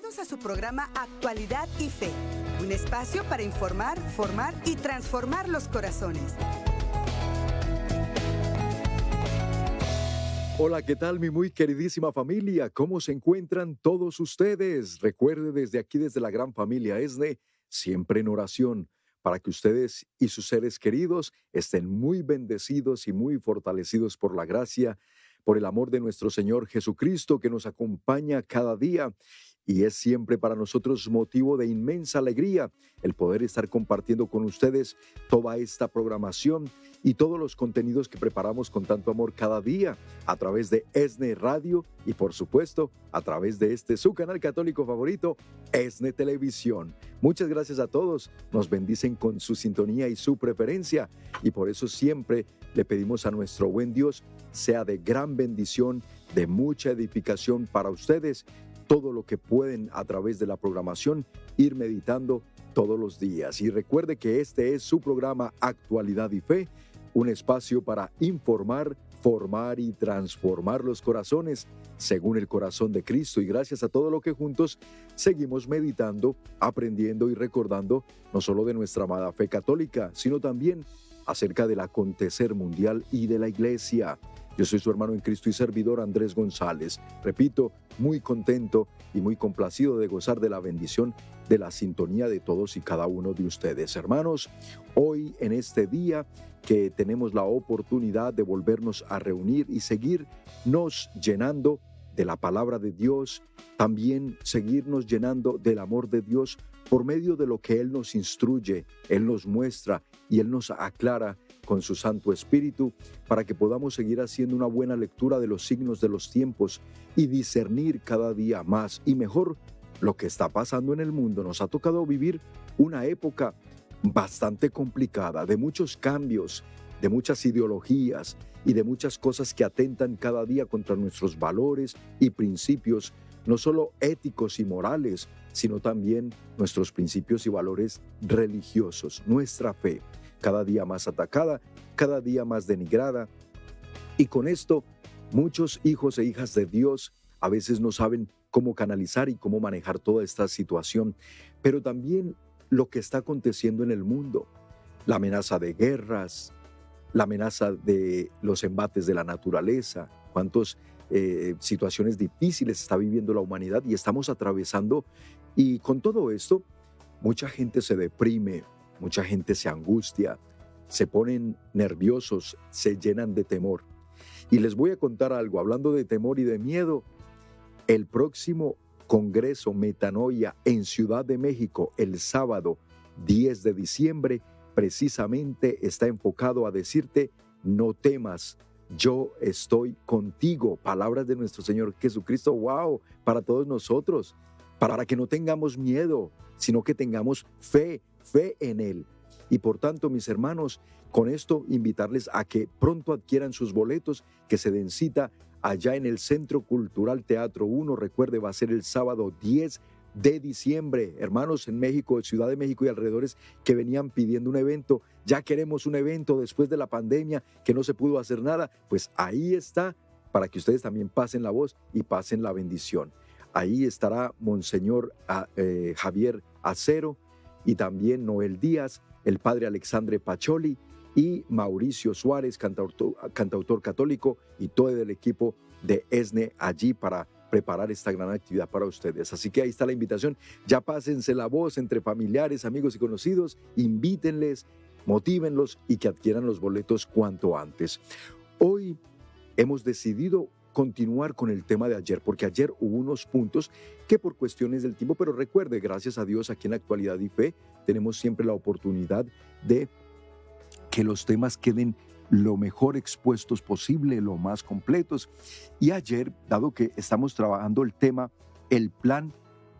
Bienvenidos a su programa Actualidad y Fe, un espacio para informar, formar y transformar los corazones. Hola, ¿qué tal mi muy queridísima familia? ¿Cómo se encuentran todos ustedes? Recuerde desde aquí, desde la gran familia ESNE, siempre en oración, para que ustedes y sus seres queridos estén muy bendecidos y muy fortalecidos por la gracia, por el amor de nuestro Señor Jesucristo que nos acompaña cada día. Y es siempre para nosotros motivo de inmensa alegría el poder estar compartiendo con ustedes toda esta programación y todos los contenidos que preparamos con tanto amor cada día a través de ESNE Radio y por supuesto a través de su canal católico favorito, ESNE Televisión. Muchas gracias a todos, nos bendicen con su sintonía y su preferencia y por eso siempre le pedimos a nuestro buen Dios sea de gran bendición, de mucha edificación para ustedes, todo lo que pueden a través de la programación ir meditando todos los días. Y recuerde que este es su programa Actualidad y Fe, un espacio para informar, formar y transformar los corazones según el corazón de Cristo. Y gracias a todo lo que juntos seguimos meditando, aprendiendo y recordando no solo de nuestra amada fe católica, sino también acerca del acontecer mundial y de la Iglesia. Yo soy su hermano en Cristo y servidor Andrés González. Repito, muy contento y muy complacido de gozar de la bendición de la sintonía de todos y cada uno de ustedes. Hermanos, hoy en este día que tenemos la oportunidad de volvernos a reunir y seguirnos llenando de la palabra de Dios, también seguirnos llenando del amor de Dios por medio de lo que Él nos instruye, Él nos muestra y Él nos aclara con su Santo Espíritu para que podamos seguir haciendo una buena lectura de los signos de los tiempos y discernir cada día más y mejor lo que está pasando en el mundo. Nos ha tocado vivir una época bastante complicada, de muchos cambios, de muchas ideologías y de muchas cosas que atentan cada día contra nuestros valores y principios, no solo éticos y morales, sino también nuestros principios y valores religiosos, nuestra fe, cada día más atacada, cada día más denigrada. Y con esto, muchos hijos e hijas de Dios a veces no saben cómo canalizar y cómo manejar toda esta situación, pero también lo que está aconteciendo en el mundo, la amenaza de guerras, la amenaza de los embates de la naturaleza, cuántas situaciones difíciles está viviendo la humanidad y estamos atravesando. Y con todo esto, mucha gente se deprime, mucha gente se angustia, se ponen nerviosos, se llenan de temor. Y les voy a contar algo, hablando de temor y de miedo, el próximo Congreso Metanoia en Ciudad de México, el sábado 10 de diciembre, precisamente está enfocado a decirte, no temas, yo estoy contigo. Palabras de nuestro Señor Jesucristo, wow, para todos nosotros, para que no tengamos miedo, sino que tengamos fe en Él. Y por tanto, mis hermanos, con esto invitarles a que pronto adquieran sus boletos, que se den cita allá en el Centro Cultural Teatro 1. Recuerde, va a ser el sábado 10 de diciembre. Hermanos en México, Ciudad de México y alrededores que venían pidiendo un evento, ya queremos un evento después de la pandemia que no se pudo hacer nada, pues ahí está, para que ustedes también pasen la voz y pasen la bendición. Ahí estará Monseñor Javier Acero y también Noel Díaz, el padre Alexandre Pacholi y Mauricio Suárez, cantautor católico, y todo el equipo de ESNE allí para preparar esta gran actividad para ustedes. Así que ahí está la invitación. Ya pásense la voz entre familiares, amigos y conocidos, invítenles, motívenlos y que adquieran los boletos cuanto antes. Hoy hemos decidido continuar con el tema de ayer, porque ayer hubo unos puntos que por cuestiones del tiempo, pero recuerde, gracias a Dios, aquí en Actualidad y Fe tenemos siempre la oportunidad de que los temas queden lo mejor expuestos posible, lo más completos. Y ayer, dado que estamos trabajando el tema, el plan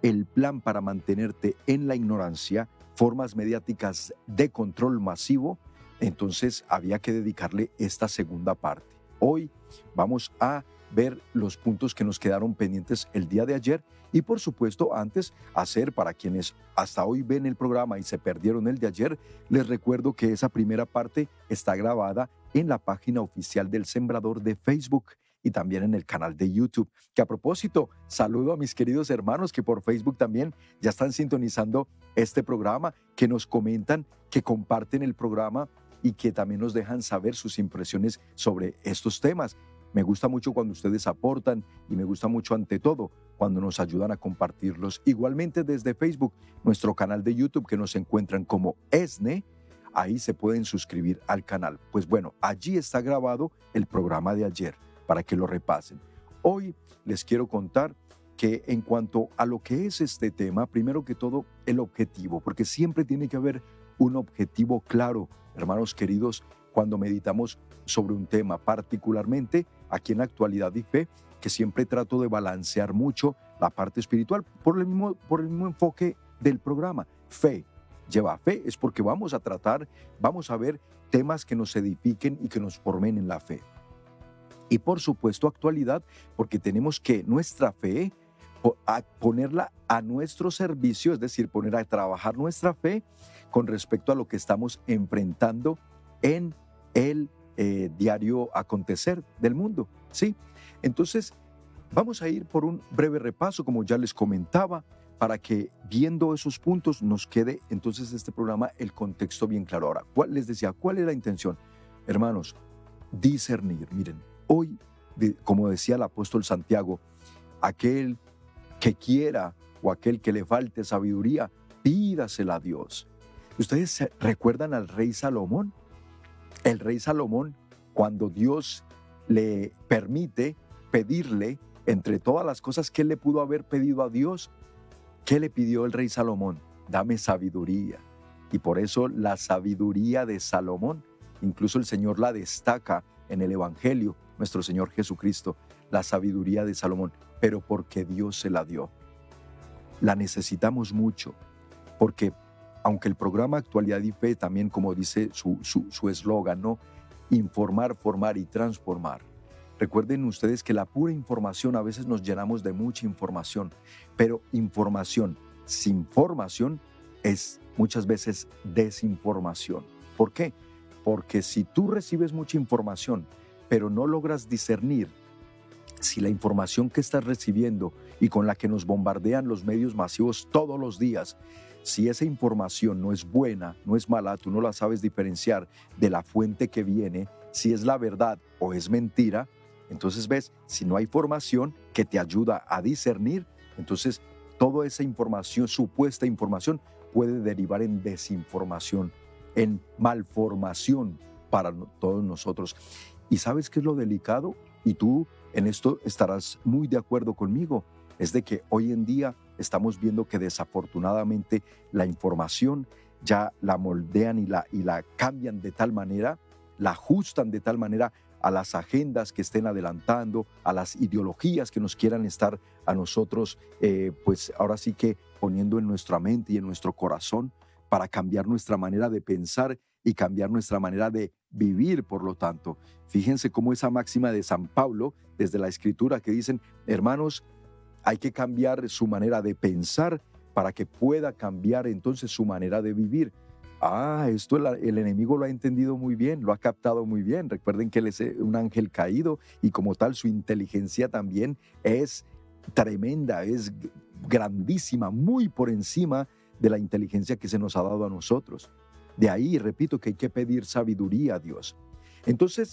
para mantenerte en la ignorancia, formas mediáticas de control masivo, entonces había que dedicarle esta segunda parte. Hoy vamos a ver los puntos que nos quedaron pendientes el día de ayer y por supuesto antes hacer para quienes hasta hoy ven el programa y se perdieron el de ayer, les recuerdo que esa primera parte está grabada en la página oficial del Sembrador de Facebook y también en el canal de YouTube. Que a propósito, saludo a mis queridos hermanos que por Facebook también ya están sintonizando este programa, que nos comentan, que comparten el programa y que también nos dejan saber sus impresiones sobre estos temas. Me gusta mucho cuando ustedes aportan y me gusta mucho ante todo cuando nos ayudan a compartirlos. Igualmente desde Facebook, nuestro canal de YouTube que nos encuentran como ESNE, ahí se pueden suscribir al canal. Pues bueno, allí está grabado el programa de ayer para que lo repasen. Hoy les quiero contar que en cuanto a lo que es este tema, primero que todo el objetivo, porque siempre tiene que haber un objetivo claro, hermanos queridos, cuando meditamos sobre un tema, particularmente aquí en Actualidad y Fe, que siempre trato de balancear mucho la parte espiritual por el mismo enfoque del programa. Fe lleva fe, es porque vamos a ver temas que nos edifiquen y que nos formen en la fe. Y por supuesto actualidad, porque tenemos que nuestra fe ponerla a nuestro servicio, es decir, poner a trabajar nuestra fe con respecto a lo que estamos enfrentando en el diario acontecer del mundo, ¿sí? Entonces, vamos a ir por un breve repaso, como ya les comentaba, para que viendo esos puntos nos quede entonces este programa el contexto bien claro. Ahora, les decía, ¿cuál es la intención? Hermanos, discernir. Miren, hoy, como decía el apóstol Santiago, aquel que quiera o aquel que le falte sabiduría, pídasela a Dios. ¿Ustedes recuerdan al rey Salomón? El rey Salomón, cuando Dios le permite pedirle, entre todas las cosas que él le pudo haber pedido a Dios, ¿qué le pidió el rey Salomón? Dame sabiduría. Y por eso la sabiduría de Salomón, incluso el Señor la destaca en el Evangelio, nuestro Señor Jesucristo, la sabiduría de Salomón, pero porque Dios se la dio. La necesitamos mucho, porque aunque el programa Actualidad y Fe también, como dice su eslogan, ¿no? Informar, formar y transformar. Recuerden ustedes que la pura información, a veces nos llenamos de mucha información, pero información sin formación es muchas veces desinformación. ¿Por qué? Porque si tú recibes mucha información, pero no logras discernir si la información que estás recibiendo y con la que nos bombardean los medios masivos todos los días, si esa información no es buena, no es mala, tú no la sabes diferenciar de la fuente que viene, si es la verdad o es mentira, entonces ves, si no hay formación que te ayuda a discernir, entonces toda esa información, supuesta información, puede derivar en desinformación, en malformación para todos nosotros. ¿Y sabes qué es lo delicado? Y tú en esto estarás muy de acuerdo conmigo, es de que hoy en día estamos viendo que desafortunadamente la información ya la moldean y la cambian de tal manera, la ajustan de tal manera a las agendas que estén adelantando, a las ideologías que nos quieran estar a nosotros, pues ahora sí que poniendo en nuestra mente y en nuestro corazón para cambiar nuestra manera de pensar y cambiar nuestra manera de vivir, por lo tanto. Fíjense cómo esa máxima de San Pablo, desde la Escritura, que dicen, hermanos, hay que cambiar su manera de pensar para que pueda cambiar entonces su manera de vivir. Esto el enemigo lo ha entendido muy bien, lo ha captado muy bien. Recuerden que él es un ángel caído y como tal su inteligencia también es tremenda, es grandísima, muy por encima de la inteligencia que se nos ha dado a nosotros. De ahí, repito, que hay que pedir sabiduría a Dios. Entonces,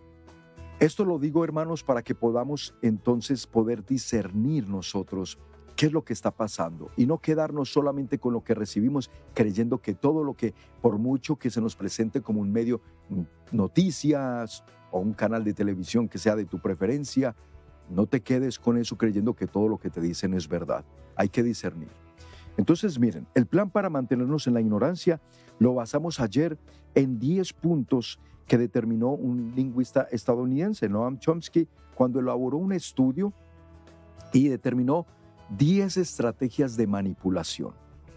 esto lo digo, hermanos, para que podamos entonces poder discernir nosotros qué es lo que está pasando y no quedarnos solamente con lo que recibimos, creyendo que todo lo que, por mucho que se nos presente como un medio, noticias o un canal de televisión que sea de tu preferencia, no te quedes con eso creyendo que todo lo que te dicen es verdad. Hay que discernir. Entonces, miren, el plan para mantenernos en la ignorancia lo basamos ayer en 10 puntos que determinó un lingüista estadounidense, Noam Chomsky, cuando elaboró un estudio y determinó 10 estrategias de manipulación.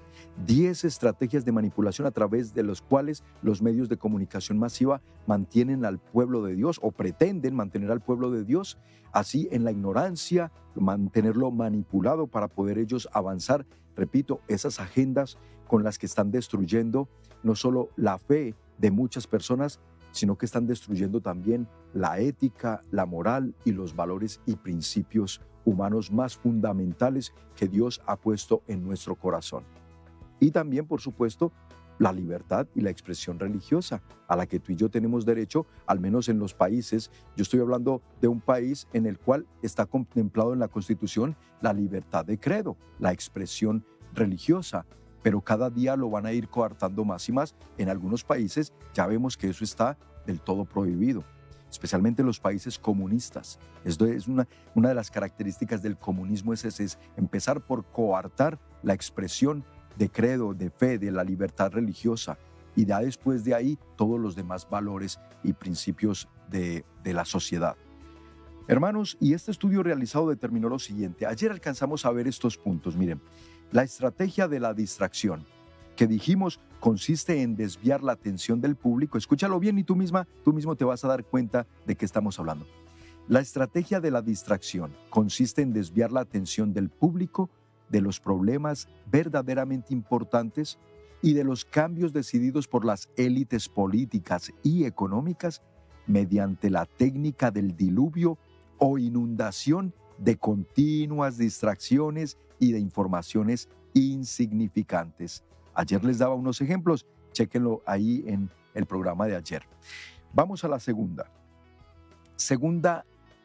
10 estrategias de manipulación a través de los cuales los medios de comunicación masiva mantienen al pueblo de Dios o pretenden mantener al pueblo de Dios así en la ignorancia, mantenerlo manipulado para poder ellos avanzar, repito, esas agendas con las que están destruyendo no solo la fe de muchas personas, sino que están destruyendo también la ética, la moral y los valores y principios humanos más fundamentales que Dios ha puesto en nuestro corazón. Y también, por supuesto, la libertad y la expresión religiosa a la que tú y yo tenemos derecho, al menos en los países. Yo estoy hablando de un país en el cual está contemplado en la Constitución la libertad de credo, la expresión religiosa, pero cada día lo van a ir coartando más y más. En algunos países ya vemos que eso está del todo prohibido, especialmente en los países comunistas. Esto es una de las características del comunismo, es empezar por coartar la expresión de credo, de fe, de la libertad religiosa, y ya después de ahí todos los demás valores y principios de la sociedad. Hermanos, y este estudio realizado determinó lo siguiente. Ayer alcanzamos a ver estos puntos. Miren, la estrategia de la distracción, que dijimos consiste en desviar la atención del público. Escúchalo bien y tú mismo te vas a dar cuenta de qué estamos hablando. La estrategia de la distracción consiste en desviar la atención del público de los problemas verdaderamente importantes y de los cambios decididos por las élites políticas y económicas mediante la técnica del diluvio o inundación de continuas distracciones y de informaciones insignificantes. Ayer les daba unos ejemplos, chéquenlo ahí en el programa de ayer. Vamos a la segunda. Segunda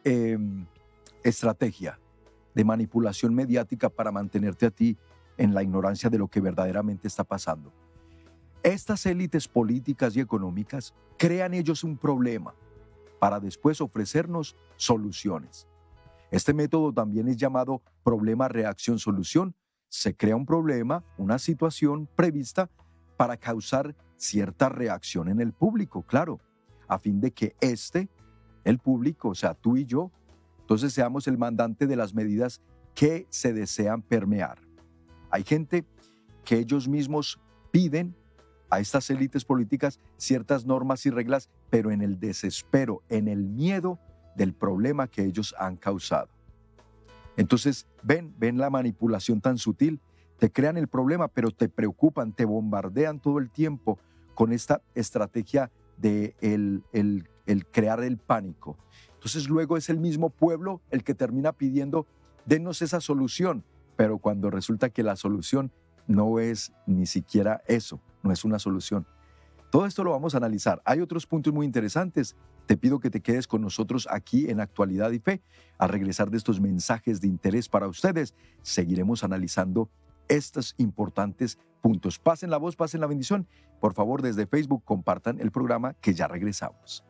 estrategia de manipulación mediática para mantenerte a ti en la ignorancia de lo que verdaderamente está pasando. Estas élites políticas y económicas crean ellos un problema para después ofrecernos soluciones. Este método también es llamado problema-reacción-solución. Se crea un problema, una situación prevista para causar cierta reacción en el público, claro, a fin de que el público, o sea, tú y yo, entonces seamos el mandante de las medidas que se desean permear. Hay gente que ellos mismos piden a estas élites políticas ciertas normas y reglas, pero en el desespero, en el miedo del problema que ellos han causado. Entonces, ven la manipulación tan sutil. Te crean el problema, pero te preocupan, te bombardean todo el tiempo con esta estrategia de el crear el pánico. Entonces luego es el mismo pueblo el que termina pidiendo, denos esa solución, pero cuando resulta que la solución no es ni siquiera eso, no es una solución. Todo esto lo vamos a analizar. Hay otros puntos muy interesantes. Te pido que te quedes con nosotros aquí en Actualidad y Fe. Al regresar de estos mensajes de interés para ustedes, seguiremos analizando estos importantes puntos. Pasen la voz, pasen la bendición. Por favor, desde Facebook, compartan el programa que ya regresamos.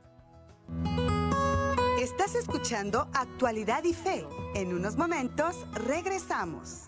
Estás escuchando Actualidad y Fe. En unos momentos regresamos.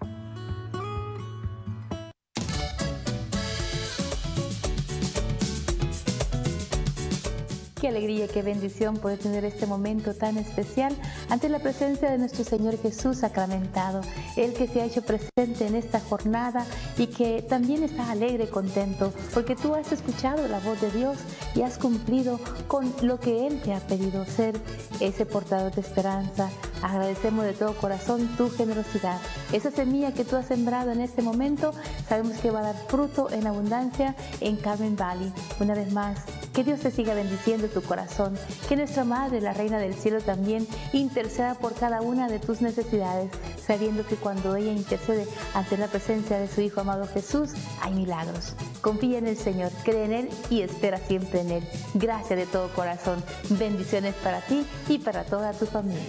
Qué alegría, qué bendición poder tener este momento tan especial ante la presencia de nuestro Señor Jesús sacramentado, Él que se ha hecho presente en esta jornada y que también está alegre, contento, porque tú has escuchado la voz de Dios y has cumplido con lo que Él te ha pedido, ser ese portador de esperanza. Agradecemos de todo corazón tu generosidad. Esa semilla que tú has sembrado en este momento, sabemos que va a dar fruto en abundancia en Carmen Valley. Una vez más, que Dios te siga bendiciendo tu corazón, que nuestra Madre, la Reina del Cielo, también interceda por cada una de tus necesidades, sabiendo que cuando ella intercede ante la presencia de su Hijo amado Jesús, hay milagros. Confía en el Señor, cree en Él y espera siempre en Él. Gracias de todo corazón. Bendiciones para ti y para toda tu familia.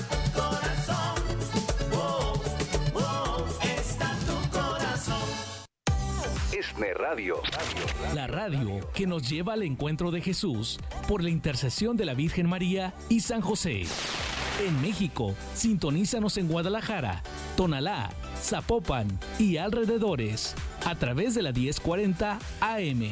ESNE Radio. La radio que nos lleva al encuentro de Jesús por la intercesión de la Virgen María y San José. En México, sintonízanos en Guadalajara, Tonalá, Zapopan y alrededores a través de la 1040 AM.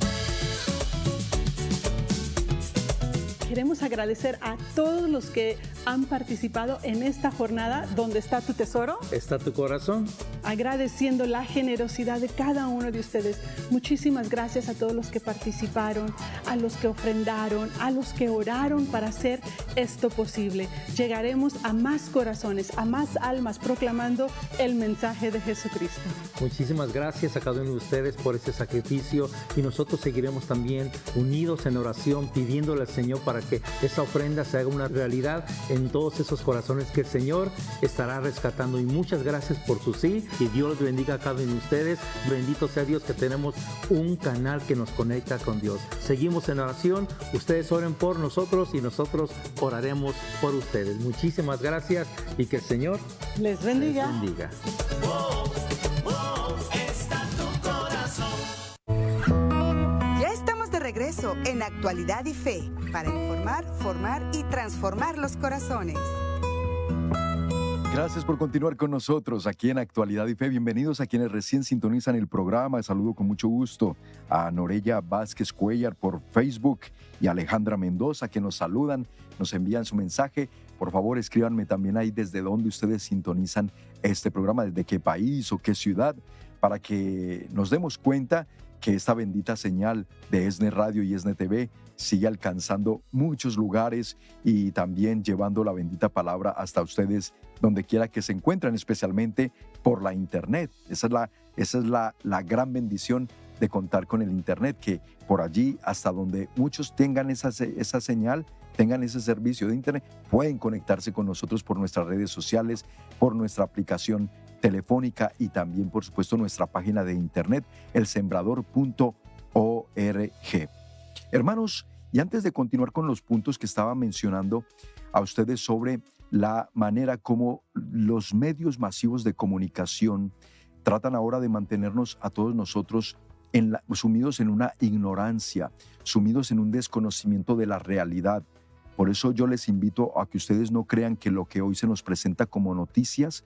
Queremos agradecer a todos los que han participado en esta jornada. ¿Dónde está tu tesoro? Está tu corazón. Agradeciendo la generosidad de cada uno de ustedes. Muchísimas gracias a todos los que participaron, a los que ofrendaron, a los que oraron para hacer esto posible. Llegaremos a más corazones, a más almas, proclamando el mensaje de Jesucristo. Muchísimas gracias a cada uno de ustedes por ese sacrificio, y nosotros seguiremos también unidos en oración, pidiéndole al Señor para que esa ofrenda se haga una realidad en todos esos corazones que el Señor estará rescatando. Y muchas gracias por su sí, y Dios los bendiga a cada uno de ustedes. Bendito sea Dios que tenemos un canal que nos conecta con Dios. Seguimos en oración, ustedes oren por nosotros y nosotros oraremos por ustedes. Muchísimas gracias y que el Señor les bendiga. Les bendiga. Ya estamos de regreso en Actualidad y Fe para informar, formar y transformar los corazones. Gracias por continuar con nosotros aquí en Actualidad y Fe. Bienvenidos a quienes recién sintonizan el programa. Saludo con mucho gusto a Norella Vázquez Cuellar por Facebook y a Alejandra Mendoza, que nos saludan, nos envían su mensaje. Por favor, escríbanme también ahí desde dónde ustedes sintonizan este programa, desde qué país o qué ciudad, para que nos demos cuenta que esta bendita señal de ESNE Radio y ESNE TV sigue alcanzando muchos lugares y también llevando la bendita palabra hasta ustedes donde quiera que se encuentren, especialmente por la internet. Esa es la gran bendición de contar con el internet, que por allí, hasta donde muchos tengan esa señal, tengan ese servicio de internet, pueden conectarse con nosotros por nuestras redes sociales, por nuestra aplicación telefónica y también, por supuesto, nuestra página de internet, elsembrador.org. Hermanos, y antes de continuar con los puntos que estaba mencionando a ustedes sobre la manera como los medios masivos de comunicación tratan ahora de mantenernos a todos nosotros sumidos en una ignorancia, sumidos en un desconocimiento de la realidad. Por eso yo les invito a que ustedes no crean que lo que hoy se nos presenta como noticias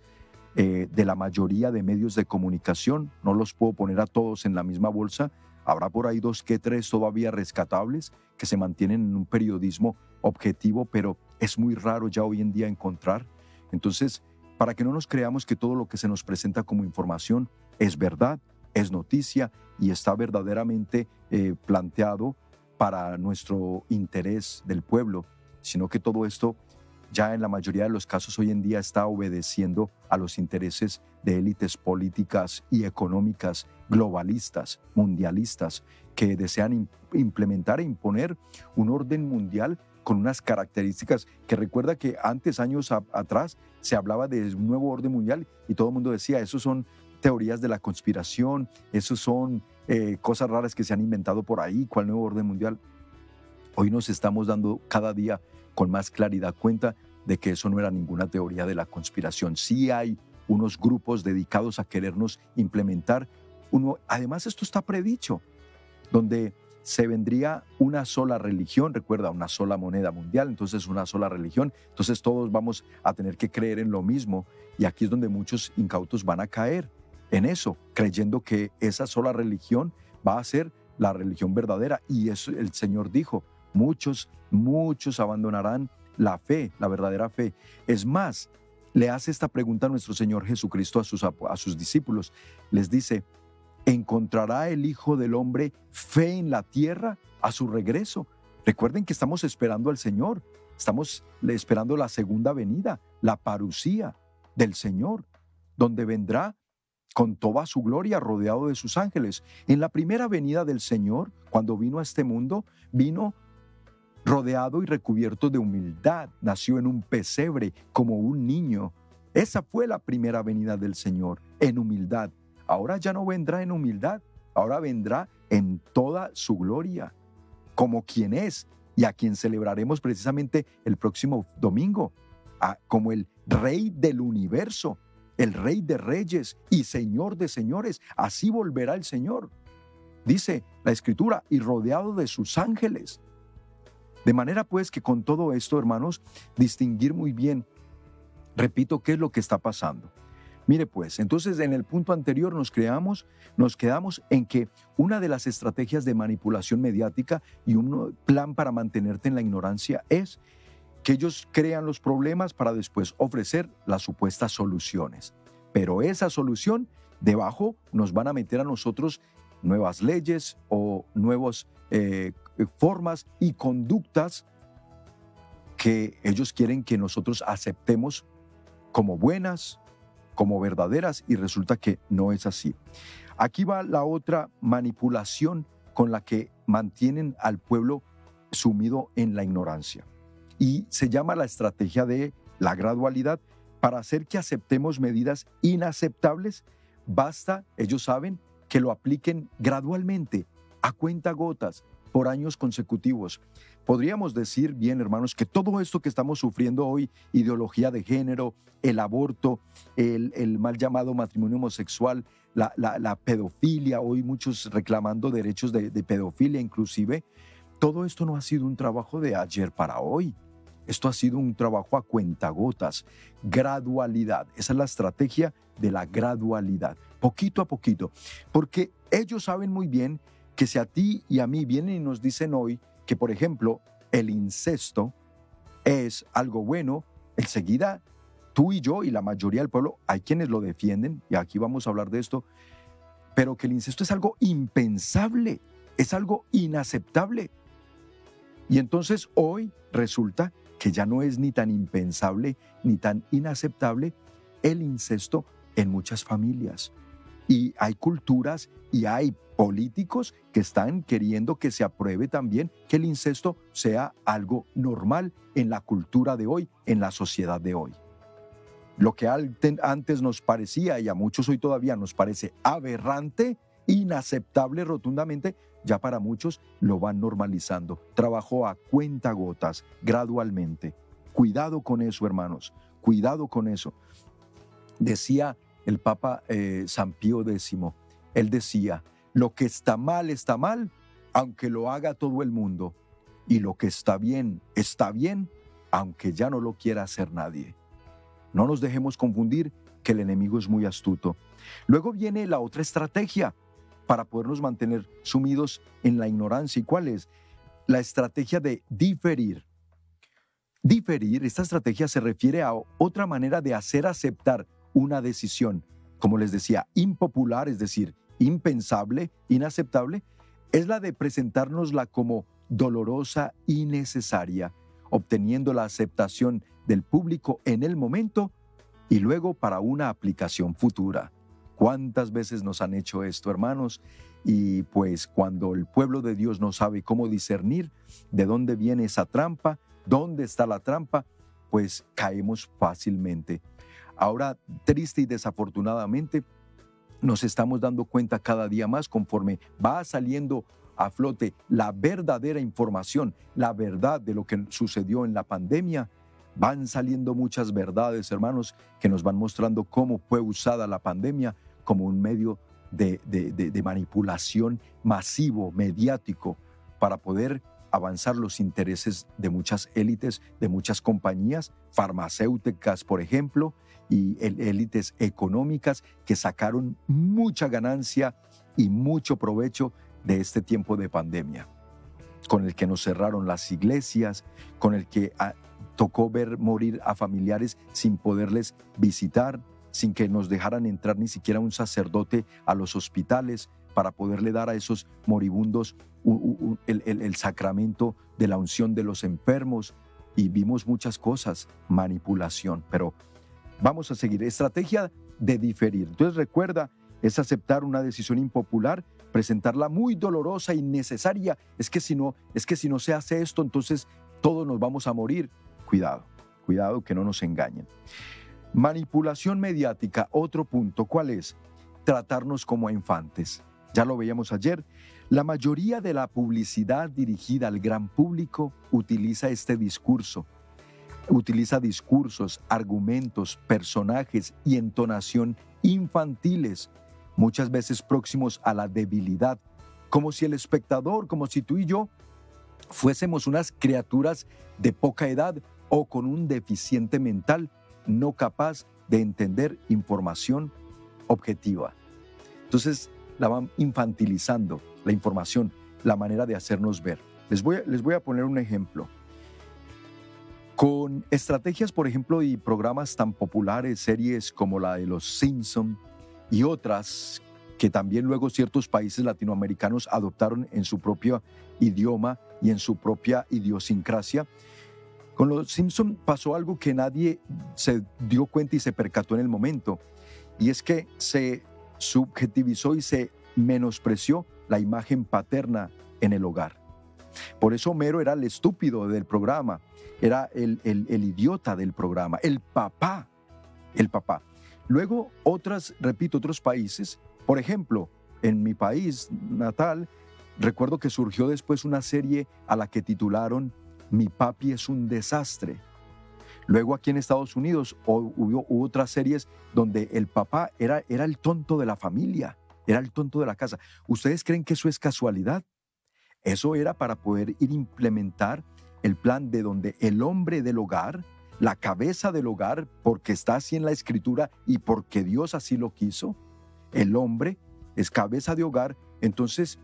de la mayoría de medios de comunicación, no los puedo poner a todos en la misma bolsa. Habrá por ahí 2 que 3 todavía rescatables que se mantienen en un periodismo objetivo, pero es muy raro ya hoy en día encontrar. Entonces, para que no nos creamos que todo lo que se nos presenta como información es verdad, es noticia y está verdaderamente planteado para nuestro interés del pueblo, sino que todo esto ya en la mayoría de los casos hoy en día está obedeciendo a los intereses de élites políticas y económicas globalistas, mundialistas, que desean implementar e imponer un orden mundial con unas características que recuerda que antes, años atrás, se hablaba de un nuevo orden mundial y todo el mundo decía, esos son teorías de la conspiración, esos son cosas raras que se han inventado por ahí, ¿cuál nuevo orden mundial? Hoy nos estamos dando cada día con más claridad cuenta de que eso no era ninguna teoría de la conspiración. Sí hay unos grupos dedicados a querernos implementar además esto está predicho, donde se vendría una sola religión, recuerda, una sola moneda mundial, entonces una sola religión, entonces todos vamos a tener que creer en lo mismo, y aquí es donde muchos incautos van a caer en eso, creyendo que esa sola religión va a ser la religión verdadera, y eso el Señor dijo, muchos abandonarán la fe, la verdadera fe. Es más, le hace esta pregunta a nuestro Señor Jesucristo a sus discípulos, les dice, ¿encontrará el Hijo del Hombre fe en la tierra a su regreso? Recuerden que estamos esperando al Señor, estamos esperando la segunda venida, la parusía del Señor, donde vendrá con toda su gloria rodeado de sus ángeles. En la primera venida del Señor, cuando vino a este mundo, vino rodeado y recubierto de humildad, nació en un pesebre como un niño. Esa fue la primera venida del Señor, en humildad. Ahora ya no vendrá en humildad, ahora vendrá en toda su gloria, como quien es y a quien celebraremos precisamente el próximo domingo, como el Rey del universo, el Rey de reyes y Señor de señores. Así volverá el Señor, dice la Escritura, y rodeado de sus ángeles. De manera pues que con todo esto, hermanos, distinguir muy bien, repito, qué es lo que está pasando. Mire pues, entonces en el punto anterior nos quedamos en que una de las estrategias de manipulación mediática y un plan para mantenerte en la ignorancia es que ellos crean los problemas para después ofrecer las supuestas soluciones. Pero esa solución, debajo nos van a meter a nosotros nuevas leyes o nuevas formas y conductas que ellos quieren que nosotros aceptemos como buenas, como verdaderas, y resulta que no es así. Aquí va la otra manipulación con la que mantienen al pueblo sumido en la ignorancia. Y se llama la estrategia de la gradualidad. Para hacer que aceptemos medidas inaceptables, basta, ellos saben, que lo apliquen gradualmente, a cuentagotas, por años consecutivos. Podríamos decir, bien, hermanos, que todo esto que estamos sufriendo hoy, ideología de género, el aborto, el mal llamado matrimonio homosexual, la pedofilia, hoy muchos reclamando derechos de pedofilia inclusive, todo esto no ha sido un trabajo de ayer para hoy. Esto ha sido un trabajo a cuentagotas, gradualidad. Esa es la estrategia de la gradualidad, poquito a poquito. Porque ellos saben muy bien que si a ti y a mí vienen y nos dicen hoy que, por ejemplo, el incesto es algo bueno, enseguida tú y yo y la mayoría del pueblo, hay quienes lo defienden, y aquí vamos a hablar de esto, pero que el incesto es algo impensable, es algo inaceptable. Y entonces hoy resulta que ya no es ni tan impensable ni tan inaceptable el incesto en muchas familias. Y hay culturas y hay políticos que están queriendo que se apruebe también que el incesto sea algo normal en la cultura de hoy, en la sociedad de hoy. Lo que antes nos parecía, y a muchos hoy todavía nos parece aberrante, inaceptable rotundamente, ya para muchos lo van normalizando. Trabajo a cuentagotas, gradualmente. Cuidado con eso, hermanos, cuidado con eso. Decía el Papa San Pío X, él decía, lo que está mal, aunque lo haga todo el mundo, y lo que está bien, aunque ya no lo quiera hacer nadie. No nos dejemos confundir, que el enemigo es muy astuto. Luego viene la otra estrategia para podernos mantener sumidos en la ignorancia. ¿Y cuál es? La estrategia de diferir. Diferir, esta estrategia se refiere a otra manera de hacer aceptar una decisión, como les decía, impopular, es decir, impensable, inaceptable, es la de presentárnosla como dolorosa y necesaria, obteniendo la aceptación del público en el momento y luego para una aplicación futura. ¿Cuántas veces nos han hecho esto, hermanos? Y pues cuando el pueblo de Dios no sabe cómo discernir de dónde viene esa trampa, dónde está la trampa, pues caemos fácilmente. Ahora, triste y desafortunadamente, nos estamos dando cuenta cada día más conforme va saliendo a flote la verdadera información, la verdad de lo que sucedió en la pandemia. Van saliendo muchas verdades, hermanos, que nos van mostrando cómo fue usada la pandemia como un medio de manipulación masivo, mediático, para poder avanzar los intereses de muchas élites, de muchas compañías farmacéuticas, por ejemplo, y élites económicas que sacaron mucha ganancia y mucho provecho de este tiempo de pandemia, con el que nos cerraron las iglesias, con el que tocó ver morir a familiares sin poderles visitar, sin que nos dejaran entrar ni siquiera un sacerdote a los hospitales para poderle dar a esos moribundos el sacramento de la unción de los enfermos. Y vimos muchas cosas, manipulación, pero vamos a seguir. Estrategia de diferir. Entonces recuerda, es aceptar una decisión impopular, presentarla muy dolorosa y necesaria. Es que si no se hace esto, entonces todos nos vamos a morir. Cuidado que no nos engañen. Manipulación mediática, otro punto. ¿Cuál es? Tratarnos como infantes. Ya lo veíamos ayer. La mayoría de la publicidad dirigida al gran público utiliza este discurso. Utiliza discursos, argumentos, personajes y entonación infantiles, muchas veces próximos a la debilidad, como si el espectador, como si tú y yo fuésemos unas criaturas de poca edad o con un deficiente mental, no capaz de entender información objetiva. Entonces la van infantilizando, la información, la manera de hacernos ver. Les voy a poner un ejemplo. con estrategias, por ejemplo, y programas tan populares, series como la de Los Simpson y otras que también luego ciertos países latinoamericanos adoptaron en su propio idioma y en su propia idiosincrasia. Con Los Simpson pasó algo que nadie se dio cuenta y se percató en el momento, y es que se subjetivizó y se menospreció la imagen paterna en el hogar. Por eso Homero era el estúpido del programa, era el idiota del programa, el papá. Luego otros países, por ejemplo, en mi país natal, recuerdo que surgió después una serie a la que titularon Mi papi es un desastre. Luego aquí en Estados Unidos hubo otras series donde el papá era el tonto de la familia, era el tonto de la casa. ¿Ustedes creen que eso es casualidad? Eso era para poder implementar el plan de donde el hombre del hogar, la cabeza del hogar, porque está así en la Escritura y porque Dios así lo quiso, el hombre es cabeza de hogar. Entonces,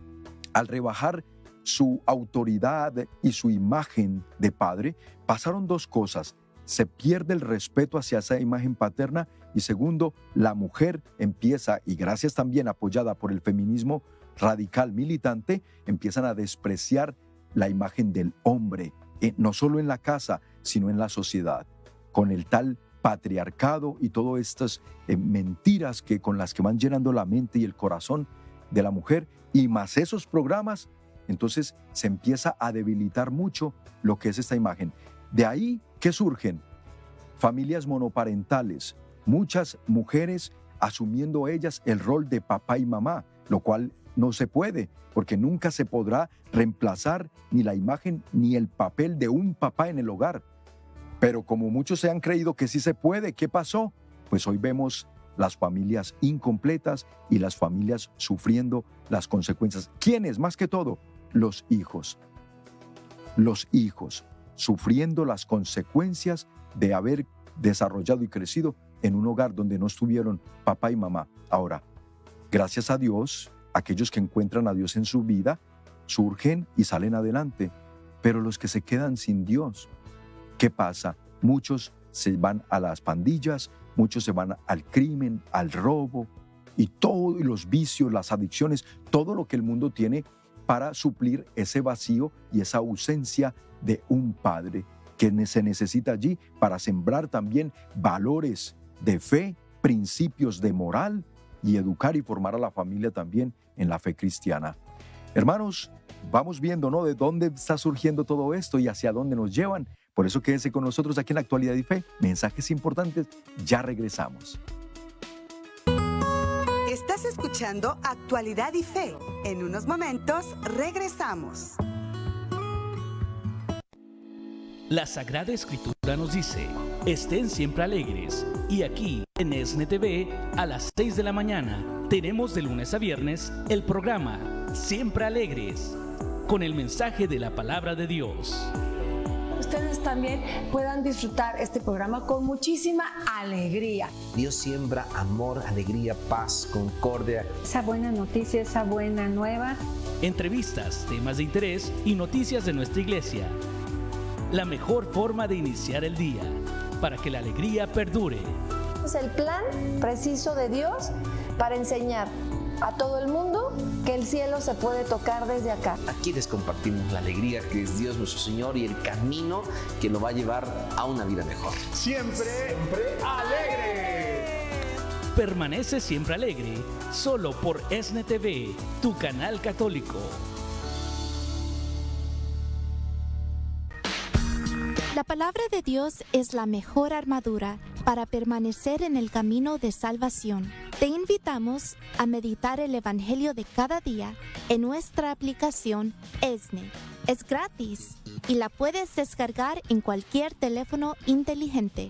al rebajar su autoridad y su imagen de padre, pasaron dos cosas. Se pierde el respeto hacia esa imagen paterna y segundo, la mujer empieza, y gracias también apoyada por el feminismo radical militante, empiezan a despreciar la imagen del hombre, no solo en la casa, sino en la sociedad, con el tal patriarcado y todas estas mentiras con las que van llenando la mente y el corazón de la mujer, y más esos programas. Entonces se empieza a debilitar mucho lo que es esta imagen. De ahí que surgen familias monoparentales, muchas mujeres asumiendo ellas el rol de papá y mamá, lo cual no se puede, porque nunca se podrá reemplazar ni la imagen ni el papel de un papá en el hogar. Pero como muchos se han creído que sí se puede, ¿qué pasó? Pues hoy vemos las familias incompletas y las familias sufriendo las consecuencias. ¿Quiénes? Más que todo, los hijos. Los hijos sufriendo las consecuencias de haber desarrollado y crecido en un hogar donde no estuvieron papá y mamá. Ahora, gracias a Dios, aquellos que encuentran a Dios en su vida surgen y salen adelante, pero los que se quedan sin Dios, ¿qué pasa? Muchos se van a las pandillas, muchos se van al crimen, al robo y todos los vicios, las adicciones, todo lo que el mundo tiene para suplir ese vacío y esa ausencia de un padre que se necesita allí para sembrar también valores de fe, principios de moral y educar y formar a la familia también en la fe cristiana. Hermanos, vamos viendo, ¿no?, de dónde está surgiendo todo esto y hacia dónde nos llevan. Por eso quédense con nosotros aquí en Actualidad y Fe. Mensajes importantes, ya regresamos. Estás escuchando Actualidad y Fe. En unos momentos regresamos. La Sagrada Escritura nos dice: estén siempre alegres. Y aquí, en ESNE TV, a las 6 de la mañana, tenemos de lunes a viernes el programa Siempre Alegres, con el mensaje de la Palabra de Dios. Ustedes también puedan disfrutar este programa con muchísima alegría. Dios siembra amor, alegría, paz, concordia. Esa buena noticia, esa buena nueva. Entrevistas, temas de interés y noticias de nuestra iglesia. La mejor forma de iniciar el día, para que la alegría perdure. Es el plan preciso de Dios para enseñar a todo el mundo que el cielo se puede tocar desde acá. Aquí les compartimos la alegría que es Dios nuestro Señor y el camino que nos va a llevar a una vida mejor. Siempre alegre. Permanece siempre alegre, solo por ESNE TV, tu canal católico. La palabra de Dios es la mejor armadura para permanecer en el camino de salvación. Te invitamos a meditar el Evangelio de cada día en nuestra aplicación ESNE. Es gratis y la puedes descargar en cualquier teléfono inteligente.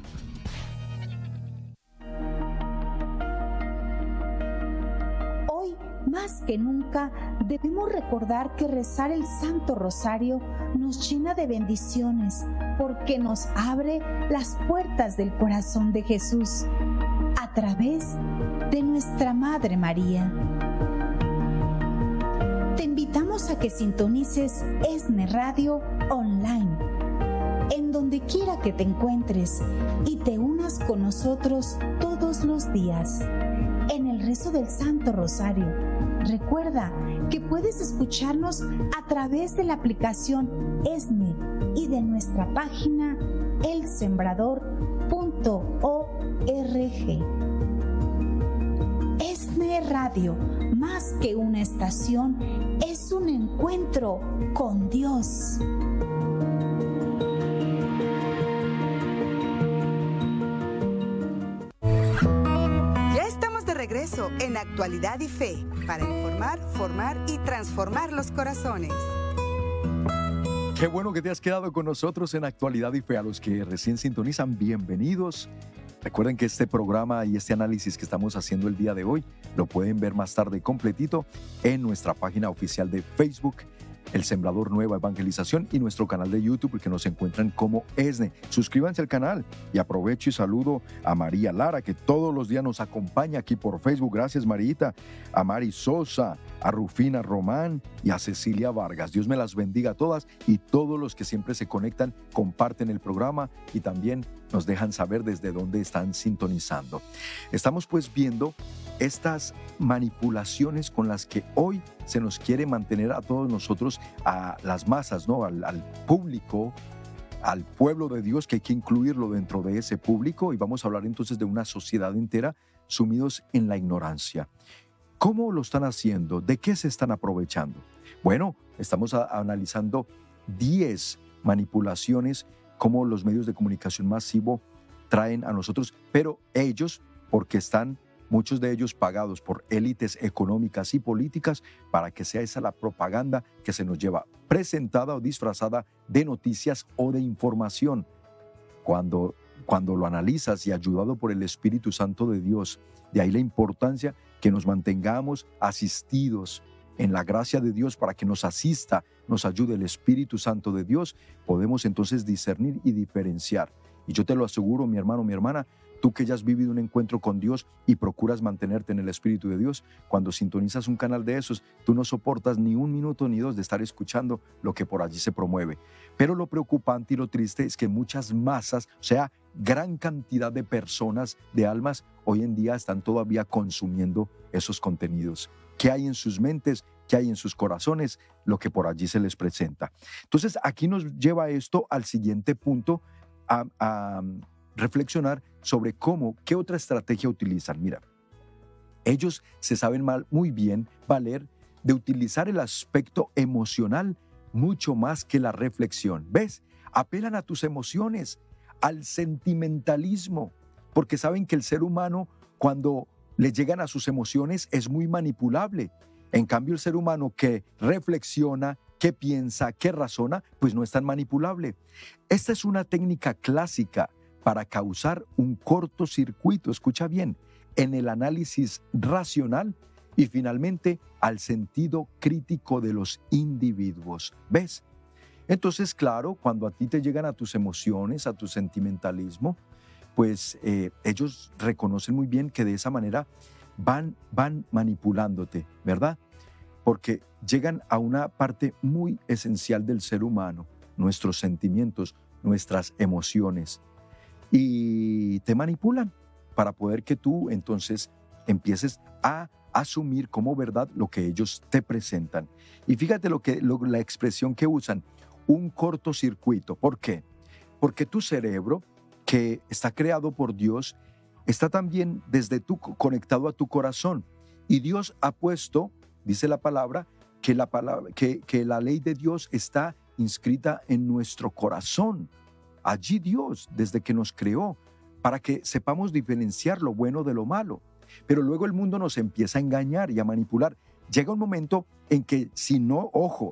Hoy, más que nunca, debemos recordar que rezar el Santo Rosario nos llena de bendiciones porque nos abre las puertas del corazón de Jesús a través de nuestra Madre María. Te invitamos a que sintonices ESNE Radio Online, en donde donde quiera que te encuentres y te unas con nosotros todos los días en el rezo del Santo Rosario. Recuerda que puedes escucharnos a través de la aplicación ESNE y de nuestra página elsembrador.org. ESNE Radio, más que una estación, es un encuentro con Dios. Regreso en Actualidad y Fe para informar, formar y transformar los corazones. Qué bueno que te has quedado con nosotros en Actualidad y Fe. A los que recién sintonizan, bienvenidos. Recuerden que este programa y este análisis que estamos haciendo el día de hoy lo pueden ver más tarde completito en nuestra página oficial de Facebook, El Sembrador Nueva Evangelización, y nuestro canal de YouTube, que nos encuentran como ESNE. Suscríbanse al canal y aprovecho y saludo a María Lara, que todos los días nos acompaña aquí por Facebook. Gracias, Marita. A Mari Sosa, a Rufina Román y a Cecilia Vargas. Dios me las bendiga a todas, y todos los que siempre se conectan, comparten el programa y también nos dejan saber desde dónde están sintonizando. Estamos pues viendo estas manipulaciones con las que hoy se nos quiere mantener a todos nosotros, a las masas, ¿no? Al público, al pueblo de Dios, que hay que incluirlo dentro de ese público, y vamos a hablar entonces de una sociedad entera sumidos en la ignorancia. ¿Cómo lo están haciendo? ¿De qué se están aprovechando? Bueno, estamos analizando 10 manipulaciones como los medios de comunicación masivo traen a nosotros, pero ellos, porque están muchos de ellos pagados por élites económicas y políticas, para que sea esa la propaganda que se nos lleva presentada o disfrazada de noticias o de información. Cuando lo analizas y ayudado por el Espíritu Santo de Dios, de ahí la importancia que nos mantengamos asistidos en la gracia de Dios para que nos asista, nos ayude el Espíritu Santo de Dios. Podemos entonces discernir y diferenciar. Y yo te lo aseguro, mi hermano, mi hermana, tú que ya has vivido un encuentro con Dios y procuras mantenerte en el Espíritu de Dios, cuando sintonizas un canal de esos, tú no soportas ni un minuto ni dos de estar escuchando lo que por allí se promueve. Pero lo preocupante y lo triste es que muchas masas, o sea, gran cantidad de personas, de almas, hoy en día están todavía consumiendo esos contenidos. ¿Qué hay en sus mentes? ¿Qué hay en sus corazones? Lo que por allí se les presenta. Entonces, aquí nos lleva esto al siguiente punto, a reflexionar sobre qué otra estrategia utilizan. Mira, ellos se saben muy bien valer de utilizar el aspecto emocional mucho más que la reflexión. ¿Ves? Apelan a tus emociones, al sentimentalismo, porque saben que el ser humano, cuando le llegan a sus emociones, es muy manipulable. En cambio, el ser humano que reflexiona, que piensa, que razona, pues no es tan manipulable. Esta es una técnica clásica para causar un cortocircuito, escucha bien, en el análisis racional y finalmente al sentido crítico de los individuos. ¿Ves? Entonces, claro, cuando a ti te llegan a tus emociones, a tu sentimentalismo, pues ellos reconocen muy bien que de esa manera van manipulándote, ¿verdad? Porque llegan a una parte muy esencial del ser humano, nuestros sentimientos, nuestras emociones, y te manipulan para poder que tú entonces empieces a asumir como verdad lo que ellos te presentan. Y fíjate la expresión que usan, un cortocircuito. ¿Por qué? Porque tu cerebro, que está creado por Dios, está también conectado a tu corazón. Y Dios ha puesto, dice la palabra, que la ley de Dios está inscrita en nuestro corazón. Allí Dios, desde que nos creó, para que sepamos diferenciar lo bueno de lo malo. Pero luego el mundo nos empieza a engañar y a manipular. Llega un momento en que si no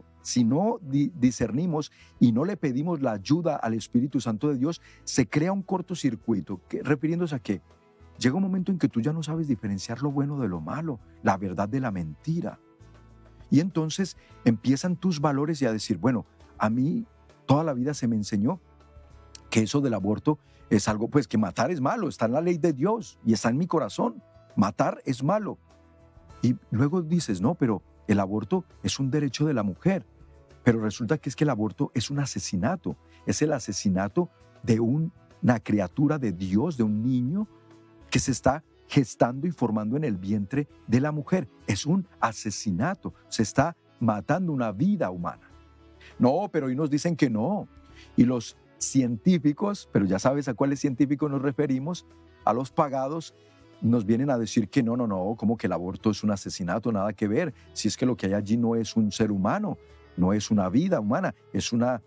discernimos y no le pedimos la ayuda al Espíritu Santo de Dios, se crea un cortocircuito. ¿Refiriéndose a qué? Llega un momento en que tú ya no sabes diferenciar lo bueno de lo malo, la verdad de la mentira. Y entonces empiezan tus valores y a decir, bueno, a mí toda la vida se me enseñó que eso del aborto es algo, pues que matar es malo, está en la ley de Dios y está en mi corazón. Matar es malo. Y luego dices, no, pero el aborto es un derecho de la mujer. Pero resulta que es que el aborto es un asesinato. Es el asesinato de una criatura de Dios, de un niño que se está gestando y formando en el vientre de la mujer. Es un asesinato, se está matando una vida humana. No, pero hoy nos dicen que no. Y los científicos, pero ya sabes a cuáles científicos nos referimos, a los pagados, nos vienen a decir que no, como que el aborto es un asesinato, nada que ver. Si es que lo que hay allí no es un ser humano, no es una vida humana, es una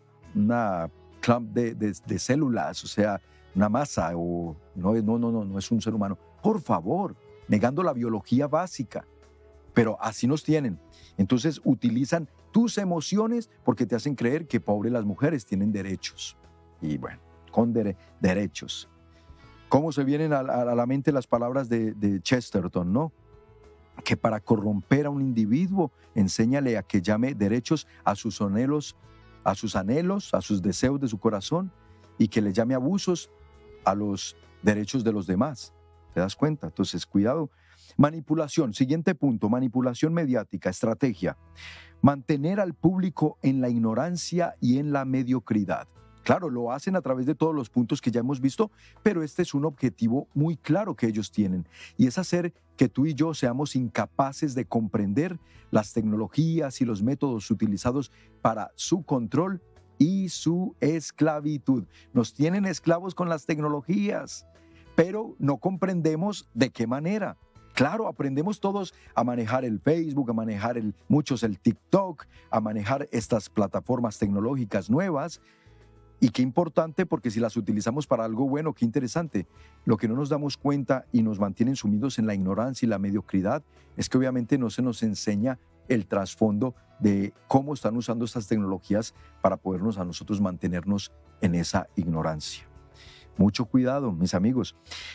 clump de células, o sea, una masa, o no es un ser humano. Por favor, negando la biología básica. Pero así nos tienen. Entonces utilizan tus emociones porque te hacen creer que pobre las mujeres tienen derechos. Y bueno, con derechos. ¿Cómo se vienen a la mente las palabras de Chesterton, no? Que para corromper a un individuo, enséñale a que llame derechos a sus anhelos, a sus deseos de su corazón, y que le llame abusos a los derechos de los demás. ¿Te das cuenta? Entonces, cuidado. Manipulación, siguiente punto, manipulación mediática, estrategia. Mantener al público en la ignorancia y en la mediocridad. Claro, lo hacen a través de todos los puntos que ya hemos visto, pero este es un objetivo muy claro que ellos tienen, y es hacer que tú y yo seamos incapaces de comprender las tecnologías y los métodos utilizados para su control y su esclavitud. Nos tienen esclavos con las tecnologías, pero no comprendemos de qué manera. Claro, aprendemos todos a manejar el Facebook, a manejar muchos el TikTok, a manejar estas plataformas tecnológicas nuevas. Y qué importante, porque si las utilizamos para algo bueno, qué interesante. Lo que no nos damos cuenta y nos mantienen sumidos en la ignorancia y la mediocridad es que obviamente no se nos enseña el trasfondo de cómo están usando estas tecnologías para podernos a nosotros mantenernos en esa ignorancia. Mucho cuidado, mis amigos.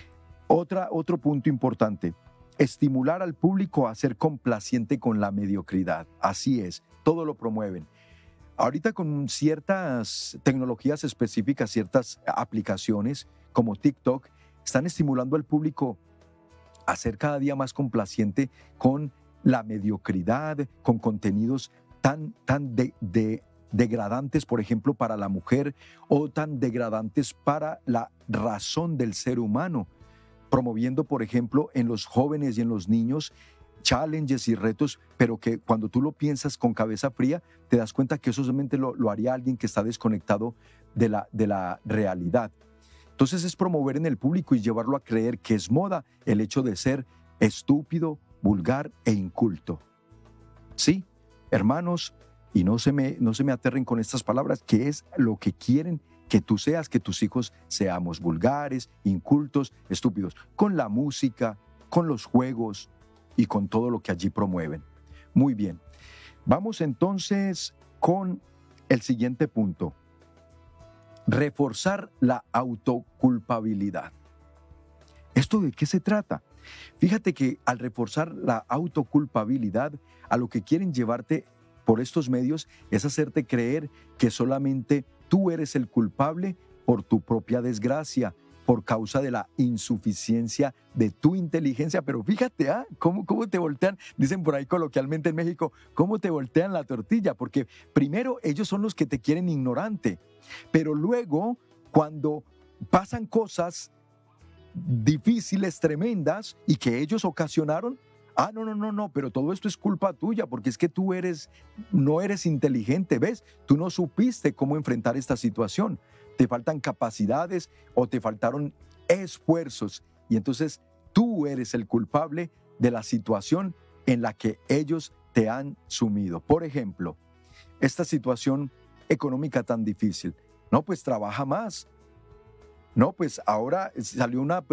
Otro punto importante, estimular al público a ser complaciente con la mediocridad. Así es, todo lo promueven. Ahorita con ciertas tecnologías específicas, ciertas aplicaciones como TikTok, están estimulando al público a ser cada día más complaciente con la mediocridad, con contenidos tan degradantes, por ejemplo, para la mujer, o tan degradantes para la razón del ser humano, promoviendo, por ejemplo, en los jóvenes y en los niños, challenges y retos, pero que cuando tú lo piensas con cabeza fría, te das cuenta que eso solamente lo haría alguien que está desconectado de la realidad. Entonces es promover en el público y llevarlo a creer que es moda el hecho de ser estúpido, vulgar e inculto. Sí, hermanos, y no se me aterren con estas palabras, que es lo que quieren que tú seas, que tus hijos seamos vulgares, incultos, estúpidos, con la música, con los juegos, y con todo lo que allí promueven. Muy bien. Vamos entonces con el siguiente punto. Reforzar la autoculpabilidad. ¿Esto de qué se trata? Fíjate que al reforzar la autoculpabilidad, a lo que quieren llevarte por estos medios es hacerte creer que solamente tú eres el culpable por tu propia desgracia, por causa de la insuficiencia de tu inteligencia. Pero fíjate, ¿cómo te voltean? Dicen por ahí coloquialmente en México, ¿cómo te voltean la tortilla? Porque primero ellos son los que te quieren ignorante, pero luego cuando pasan cosas difíciles, tremendas, y que ellos ocasionaron, no, pero todo esto es culpa tuya, porque es que tú no eres inteligente, ¿ves? Tú no supiste cómo enfrentar esta situación. Te faltan capacidades o te faltaron esfuerzos, y entonces tú eres el culpable de la situación en la que ellos te han sumido. Por ejemplo, esta situación económica tan difícil. No, pues trabaja más. No, pues ahora salió una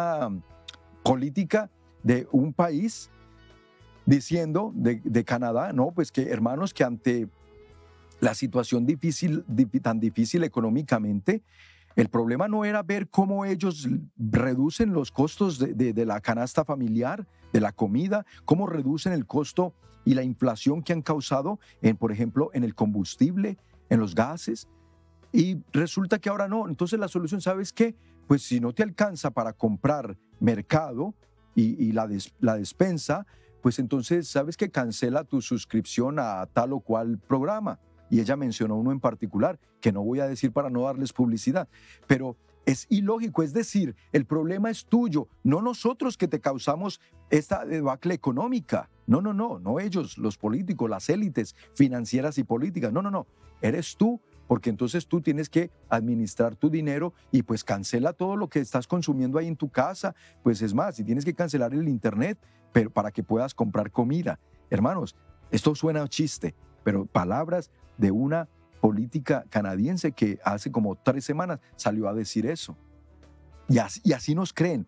política de un país diciendo, de Canadá, no, pues que hermanos, que ante la situación tan difícil económicamente, el problema no era ver cómo ellos reducen los costos de la canasta familiar, de la comida, cómo reducen el costo y la inflación que han causado, por ejemplo, en el combustible, en los gases. Y resulta que ahora no. Entonces la solución, ¿sabes qué? Pues si no te alcanza para comprar mercado y la despensa, pues entonces, ¿sabes qué? Cancela tu suscripción a tal o cual programa. y ella mencionó uno en particular, que no voy a decir para no darles publicidad, pero es ilógico. Es decir, el problema es tuyo, no nosotros que te causamos esta debacle económica. No ellos, los políticos, las élites financieras y políticas. No, eres tú, porque entonces tú tienes que administrar tu dinero y pues cancela todo lo que estás consumiendo ahí en tu casa. Pues es más, si tienes que cancelar el internet, pero para que puedas comprar comida. Hermanos, esto suena a chiste, pero palabras de una política canadiense que hace como 3 semanas salió a decir eso. Y así nos creen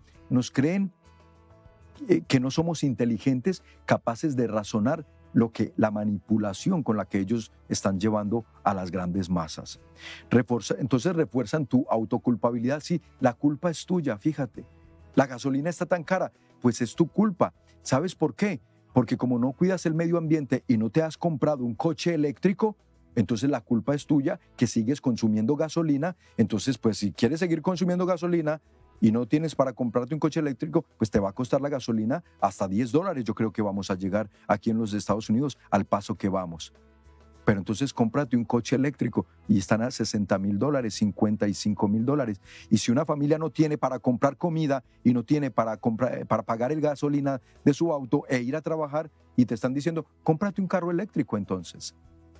que no somos inteligentes, capaces de razonar la manipulación con la que ellos están llevando a las grandes masas. Entonces refuerzan tu autoculpabilidad. Sí, la culpa es tuya, fíjate. La gasolina está tan cara, pues es tu culpa. ¿Sabes por qué? Porque como no cuidas el medio ambiente y no te has comprado un coche eléctrico, entonces la culpa es tuya que sigues consumiendo gasolina. Entonces, pues si quieres seguir consumiendo gasolina y no tienes para comprarte un coche eléctrico, pues te va a costar la gasolina hasta $10. Yo creo que vamos a llegar aquí en los Estados Unidos al paso que vamos. Pero entonces cómprate un coche eléctrico y están a $60,000, $55,000. Y si una familia no tiene para comprar comida y no tiene para pagar el gasolina de su auto e ir a trabajar, y te están diciendo, cómprate un carro eléctrico entonces.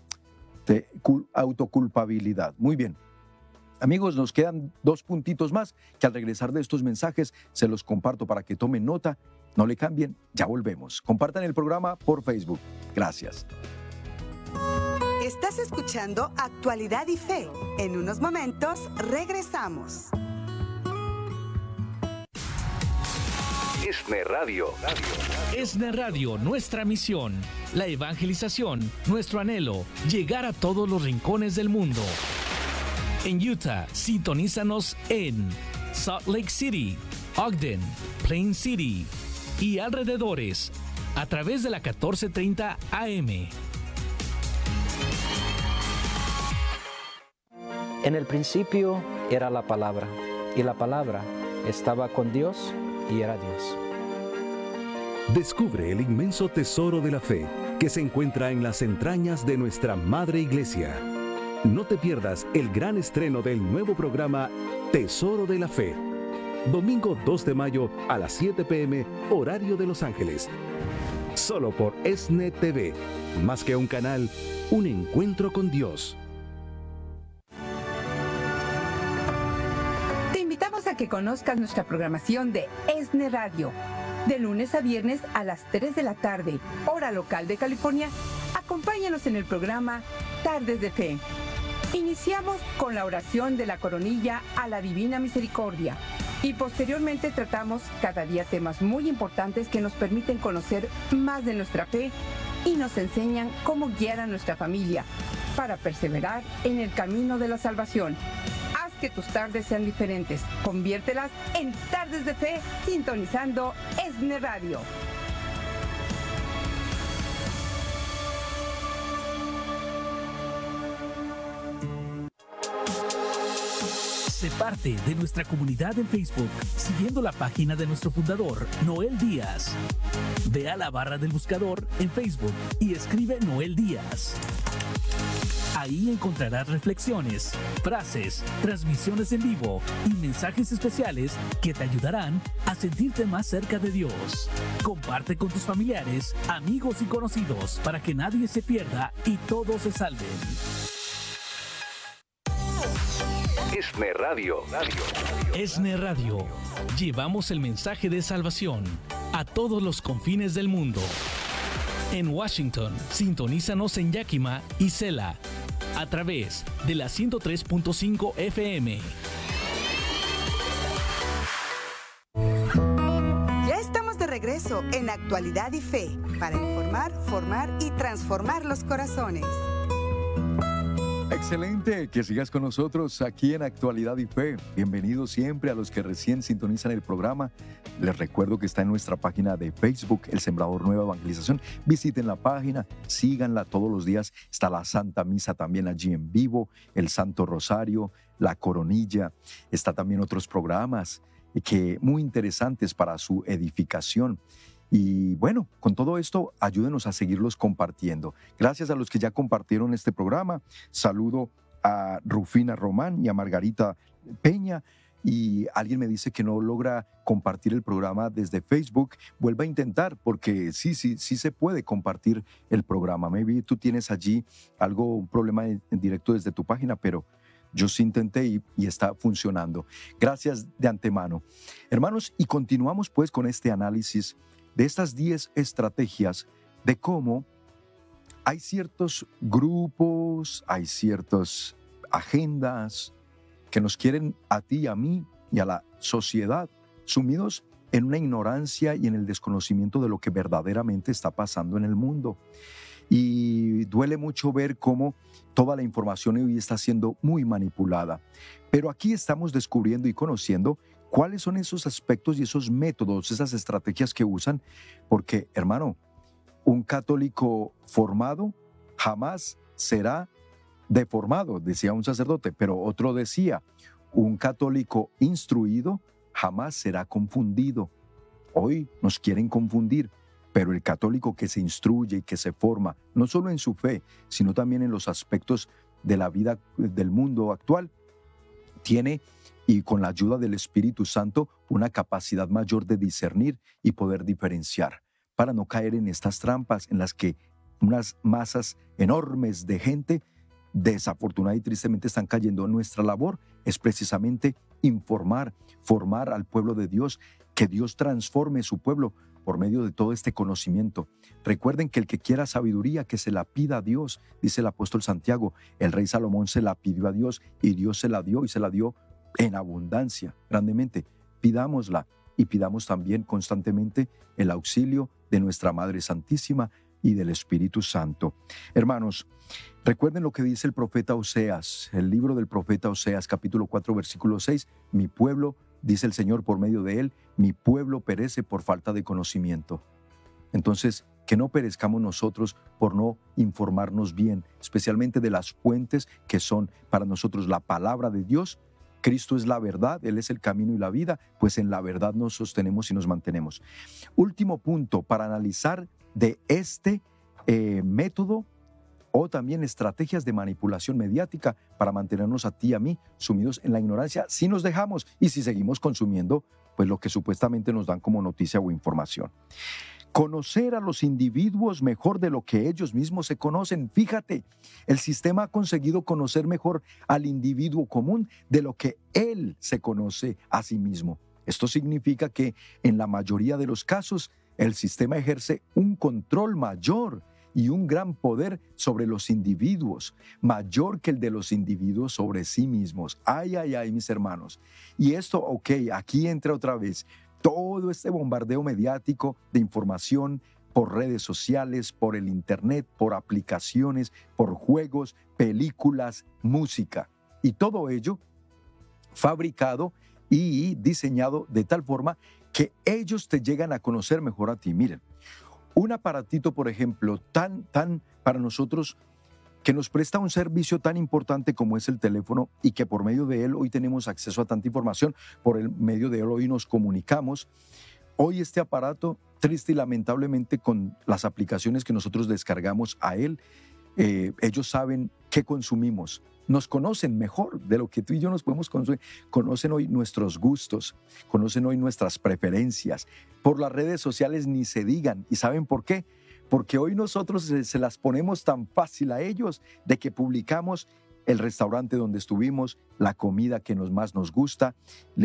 Autoculpabilidad. Muy bien. Amigos, nos quedan 2 puntitos más que al regresar de estos mensajes se los comparto para que tomen nota. No le cambien, ya volvemos. Compartan el programa por Facebook. Gracias. Estás escuchando Actualidad y Fe. En unos momentos regresamos. ESNE Radio. ESNE Radio, nuestra misión, la evangelización, nuestro anhelo, llegar a todos los rincones del mundo. En Utah, sintonízanos en Salt Lake City, Ogden, Plain City y alrededores a través de la 1430 AM. En el principio era la palabra, y la palabra estaba con Dios y era Dios. Descubre el inmenso tesoro de la fe que se encuentra en las entrañas de nuestra Madre Iglesia. No te pierdas el gran estreno del nuevo programa Tesoro de la Fe. Domingo 2 de mayo a las 7 p.m. horario de Los Ángeles. Solo por ESNE TV. Más que un canal, un encuentro con Dios. Te invitamos a que conozcas nuestra programación de ESNE Radio. De lunes a viernes a las 3 de la tarde, hora local de California, acompáñanos en el programa Tardes de Fe. Iniciamos con la oración de la coronilla a la Divina Misericordia y posteriormente tratamos cada día temas muy importantes que nos permiten conocer más de nuestra fe y nos enseñan cómo guiar a nuestra familia para perseverar en el camino de la salvación. Haz que tus tardes sean diferentes. Conviértelas en Tardes de Fe sintonizando ESNE Radio. Sé parte de nuestra comunidad en Facebook, siguiendo la página de nuestro fundador, Noel Díaz. Ve a la barra del buscador en Facebook y escribe Noel Díaz. Ahí encontrarás reflexiones, frases, transmisiones en vivo y mensajes especiales que te ayudarán a sentirte más cerca de Dios. Comparte con tus familiares, amigos y conocidos para que nadie se pierda y todos se salven. ESNE Radio. ESNE Radio. Llevamos el mensaje de salvación a todos los confines del mundo. En Washington, sintonízanos en Yakima y Sela a través de la 103.5 FM. Ya estamos de regreso en Actualidad y Fe para informar, formar y transformar los corazones. Excelente, que sigas con nosotros aquí en Actualidad y Fe. Bienvenidos siempre a los que recién sintonizan el programa. Les recuerdo que está en nuestra página de Facebook, El Sembrador Nueva Evangelización. Visiten la página, síganla todos los días. Está la Santa Misa también allí en vivo, el Santo Rosario, la Coronilla. Está también otros programas que muy interesantes para su edificación. Y bueno, con todo esto, ayúdenos a seguirlos compartiendo. Gracias a los que ya compartieron este programa. Saludo a Rufina Román y a Margarita Peña. Y alguien me dice que no logra compartir el programa desde Facebook. Vuelva a intentar, porque sí se puede compartir el programa. Maybe tú tienes allí un problema en directo desde tu página, pero yo sí intenté y está funcionando. Gracias de antemano. Hermanos, y continuamos pues con este análisis de estas 10 estrategias de cómo hay ciertos grupos, hay ciertas agendas que nos quieren a ti y a mí y a la sociedad sumidos en una ignorancia y en el desconocimiento de lo que verdaderamente está pasando en el mundo. Y duele mucho ver cómo toda la información hoy está siendo muy manipulada. Pero aquí estamos descubriendo y conociendo cuáles son esos aspectos y esos métodos, esas estrategias que usan, porque, hermano, un católico formado jamás será deformado, decía un sacerdote, pero otro decía, un católico instruido jamás será confundido. Hoy nos quieren confundir, pero el católico que se instruye y que se forma, no solo en su fe, sino también en los aspectos de la vida del mundo actual, tiene, y con la ayuda del Espíritu Santo, una capacidad mayor de discernir y poder diferenciar, para no caer en estas trampas en las que unas masas enormes de gente desafortunada y tristemente están cayendo. Nuestra labor es precisamente informar, formar al pueblo de Dios, que Dios transforme su pueblo por medio de todo este conocimiento. Recuerden que el que quiera sabiduría, que se la pida a Dios, dice el apóstol Santiago. El rey Salomón se la pidió a Dios y Dios se la dio, y se la dio en abundancia, grandemente. Pidámosla y pidamos también constantemente el auxilio de nuestra Madre Santísima y del Espíritu Santo. Hermanos, recuerden lo que dice el profeta Oseas, el libro del profeta Oseas, capítulo 4, versículo 6. Mi pueblo, dice el Señor por medio de él, mi pueblo perece por falta de conocimiento. Entonces, que no perezcamos nosotros por no informarnos bien, especialmente de las fuentes que son para nosotros la palabra de Dios. Cristo es la verdad, Él es el camino y la vida, pues en la verdad nos sostenemos y nos mantenemos. Último punto para analizar de este método o también estrategias de manipulación mediática para mantenernos a ti y a mí sumidos en la ignorancia si nos dejamos y si seguimos consumiendo pues lo que supuestamente nos dan como noticia o información. Conocer a los individuos mejor de lo que ellos mismos se conocen. Fíjate, el sistema ha conseguido conocer mejor al individuo común de lo que él se conoce a sí mismo. Esto significa que en la mayoría de los casos el sistema ejerce un control mayor y un gran poder sobre los individuos, mayor que el de los individuos sobre sí mismos. Ay, ay, ay, mis hermanos. Y esto, aquí entra otra vez todo este bombardeo mediático de información por redes sociales, por el internet, por aplicaciones, por juegos, películas, música. Y todo ello fabricado y diseñado de tal forma que ellos te llegan a conocer mejor a ti. Miren, un aparatito, por ejemplo, tan para nosotros, que nos presta un servicio tan importante como es el teléfono y que por medio de él hoy tenemos acceso a tanta información, por el medio de él hoy nos comunicamos. Hoy este aparato, triste y lamentablemente, con las aplicaciones que nosotros descargamos a él, ellos saben qué consumimos, nos conocen mejor de lo que tú y yo nos podemos consumir, conocen hoy nuestros gustos, conocen hoy nuestras preferencias, por las redes sociales ni se digan. ¿Y saben por qué? Porque hoy nosotros se las ponemos tan fácil a ellos, de que publicamos el restaurante donde estuvimos, la comida que más nos gusta,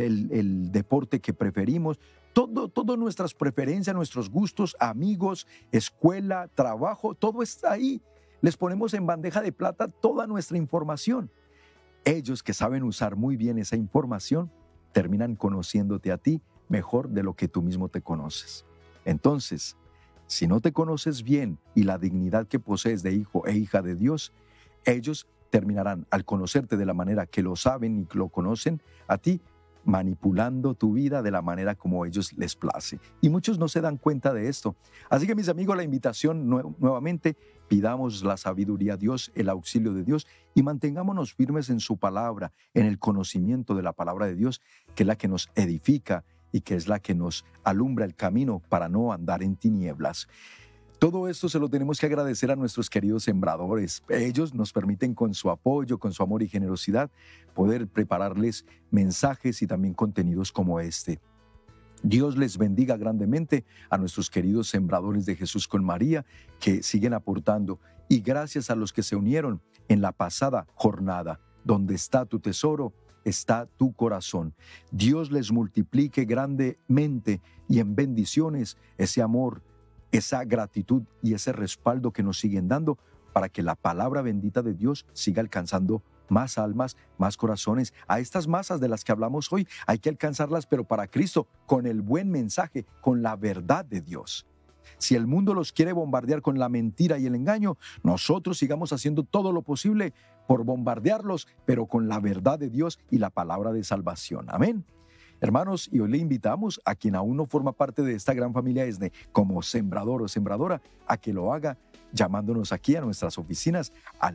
el deporte que preferimos, todo nuestras preferencias, nuestros gustos, amigos, escuela, trabajo, todo está ahí. Les ponemos en bandeja de plata toda nuestra información. Ellos, que saben usar muy bien esa información, terminan conociéndote a ti mejor de lo que tú mismo te conoces. Entonces, si no te conoces bien y la dignidad que posees de hijo e hija de Dios, ellos terminarán, al conocerte de la manera que lo saben y lo conocen a ti, manipulando tu vida de la manera como a ellos les place. Y muchos no se dan cuenta de esto. Así que, mis amigos, la invitación nuevamente, pidamos la sabiduría a Dios, el auxilio de Dios, y mantengámonos firmes en su palabra, en el conocimiento de la palabra de Dios, que es la que nos edifica y que es la que nos alumbra el camino para no andar en tinieblas. Todo esto se lo tenemos que agradecer a nuestros queridos sembradores. Ellos nos permiten con su apoyo, con su amor y generosidad, poder prepararles mensajes y también contenidos como este. Dios les bendiga grandemente a nuestros queridos sembradores de Jesús con María que siguen aportando, y gracias a los que se unieron en la pasada jornada. Donde está tu tesoro, está tu corazón. Dios les multiplique grandemente y en bendiciones ese amor, esa gratitud y ese respaldo que nos siguen dando para que la palabra bendita de Dios siga alcanzando más almas, más corazones. A estas masas de las que hablamos hoy hay que alcanzarlas, pero para Cristo, con el buen mensaje, con la verdad de Dios. Si el mundo los quiere bombardear con la mentira y el engaño, nosotros sigamos haciendo todo lo posible por bombardearlos, pero con la verdad de Dios y la palabra de salvación. Amén. Hermanos, y hoy le invitamos a quien aún no forma parte de esta gran familia ESNE como sembrador o sembradora a que lo haga llamándonos aquí a nuestras oficinas al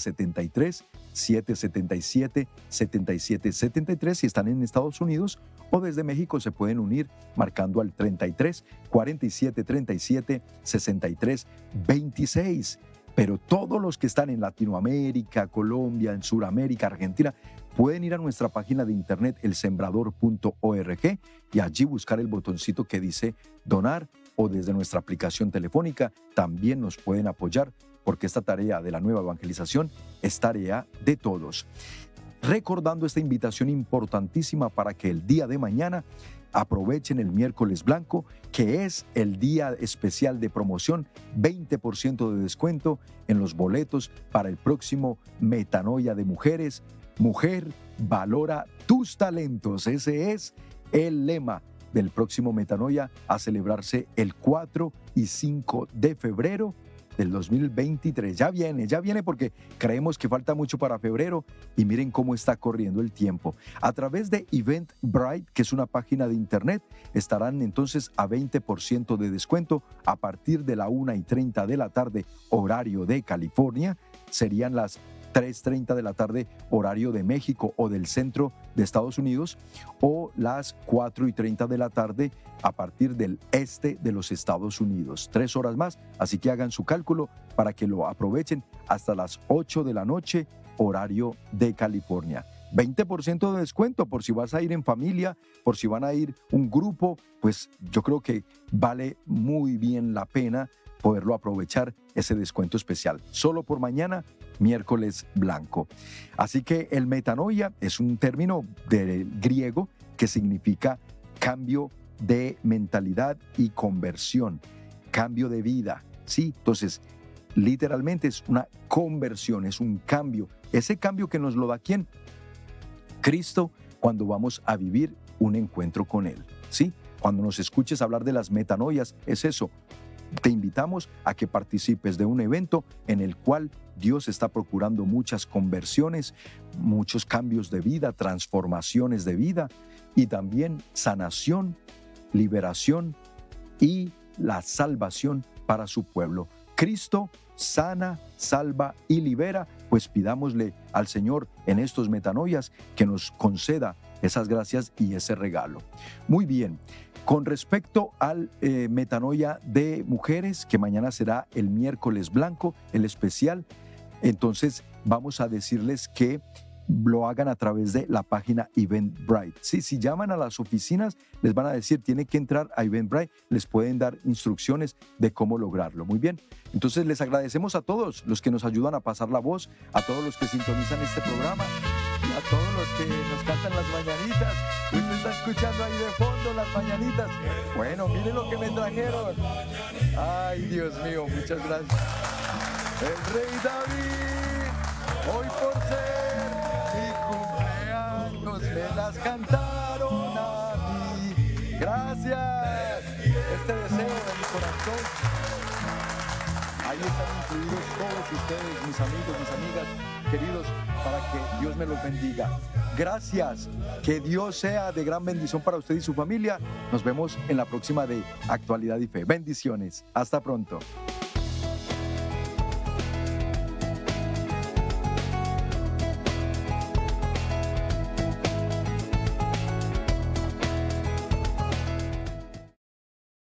773-777-7773 si están en Estados Unidos, o desde México se pueden unir marcando al 33 47 37 63 26. Pero todos los que están en Latinoamérica, Colombia, en Sudamérica, Argentina, pueden ir a nuestra página de internet elsembrador.org y allí buscar el botoncito que dice donar, o desde nuestra aplicación telefónica también nos pueden apoyar, porque esta tarea de la nueva evangelización es tarea de todos. Recordando esta invitación importantísima para que el día de mañana aprovechen el miércoles blanco, que es el día especial de promoción, 20% de descuento en los boletos para el próximo Metanoia de Mujeres. Mujer, valora tus talentos. Ese es el lema del próximo Metanoia, a celebrarse el 4 y 5 de febrero del 2023. Ya viene porque creemos que falta mucho para febrero y miren cómo está corriendo el tiempo. A través de Eventbrite, que es una página de internet, estarán entonces a 20% de descuento a partir de la 1:30 de la tarde, horario de California. Serían las 3:30 de la tarde, horario de México o del centro de Estados Unidos, o las 4:30 de la tarde a partir del este de los Estados Unidos. 3 horas más, así que hagan su cálculo para que lo aprovechen hasta las 8 de la noche, horario de California. 20% de descuento por si vas a ir en familia, por si van a ir un grupo, pues yo creo que vale muy bien la pena poderlo aprovechar, ese descuento especial. Solo por mañana, miércoles blanco. Así que el metanoia es un término del griego que significa cambio de mentalidad y conversión, cambio de vida, ¿sí? Entonces, literalmente es una conversión, es un cambio. Ese cambio que nos lo da ¿quién? Cristo, cuando vamos a vivir un encuentro con Él, ¿sí? Cuando nos escuches hablar de las metanoias, es eso. Te invitamos a que participes de un evento en el cual Dios está procurando muchas conversiones, muchos cambios de vida, transformaciones de vida y también sanación, liberación y la salvación para su pueblo. Cristo sana, salva y libera, pues pidámosle al Señor en estos metanoias que nos conceda esas gracias y ese regalo. Muy bien. Con respecto al metanoia de mujeres, que mañana será el miércoles blanco, el especial, entonces vamos a decirles que lo hagan a través de la página Eventbrite. Sí, si llaman a las oficinas, les van a decir, tiene que entrar a Eventbrite, les pueden dar instrucciones de cómo lograrlo. Muy bien, entonces les agradecemos a todos los que nos ayudan a pasar la voz, a todos los que sintonizan este programa, y a todos los que nos cantan las mañanitas. Usted está escuchando ahí de fondo las mañanitas. Bueno, miren lo que me trajeron. Ay, Dios mío, muchas gracias. El Rey David, hoy por ser mi cumpleaños, me las cantaron a mí. Gracias. Este deseo de mi corazón. Ahí están incluidos todos ustedes, mis amigos, mis amigas, queridos, para que Dios me los bendiga. Gracias. Que Dios sea de gran bendición para usted y su familia. Nos vemos en la próxima de Actualidad y Fe. Bendiciones. Hasta pronto.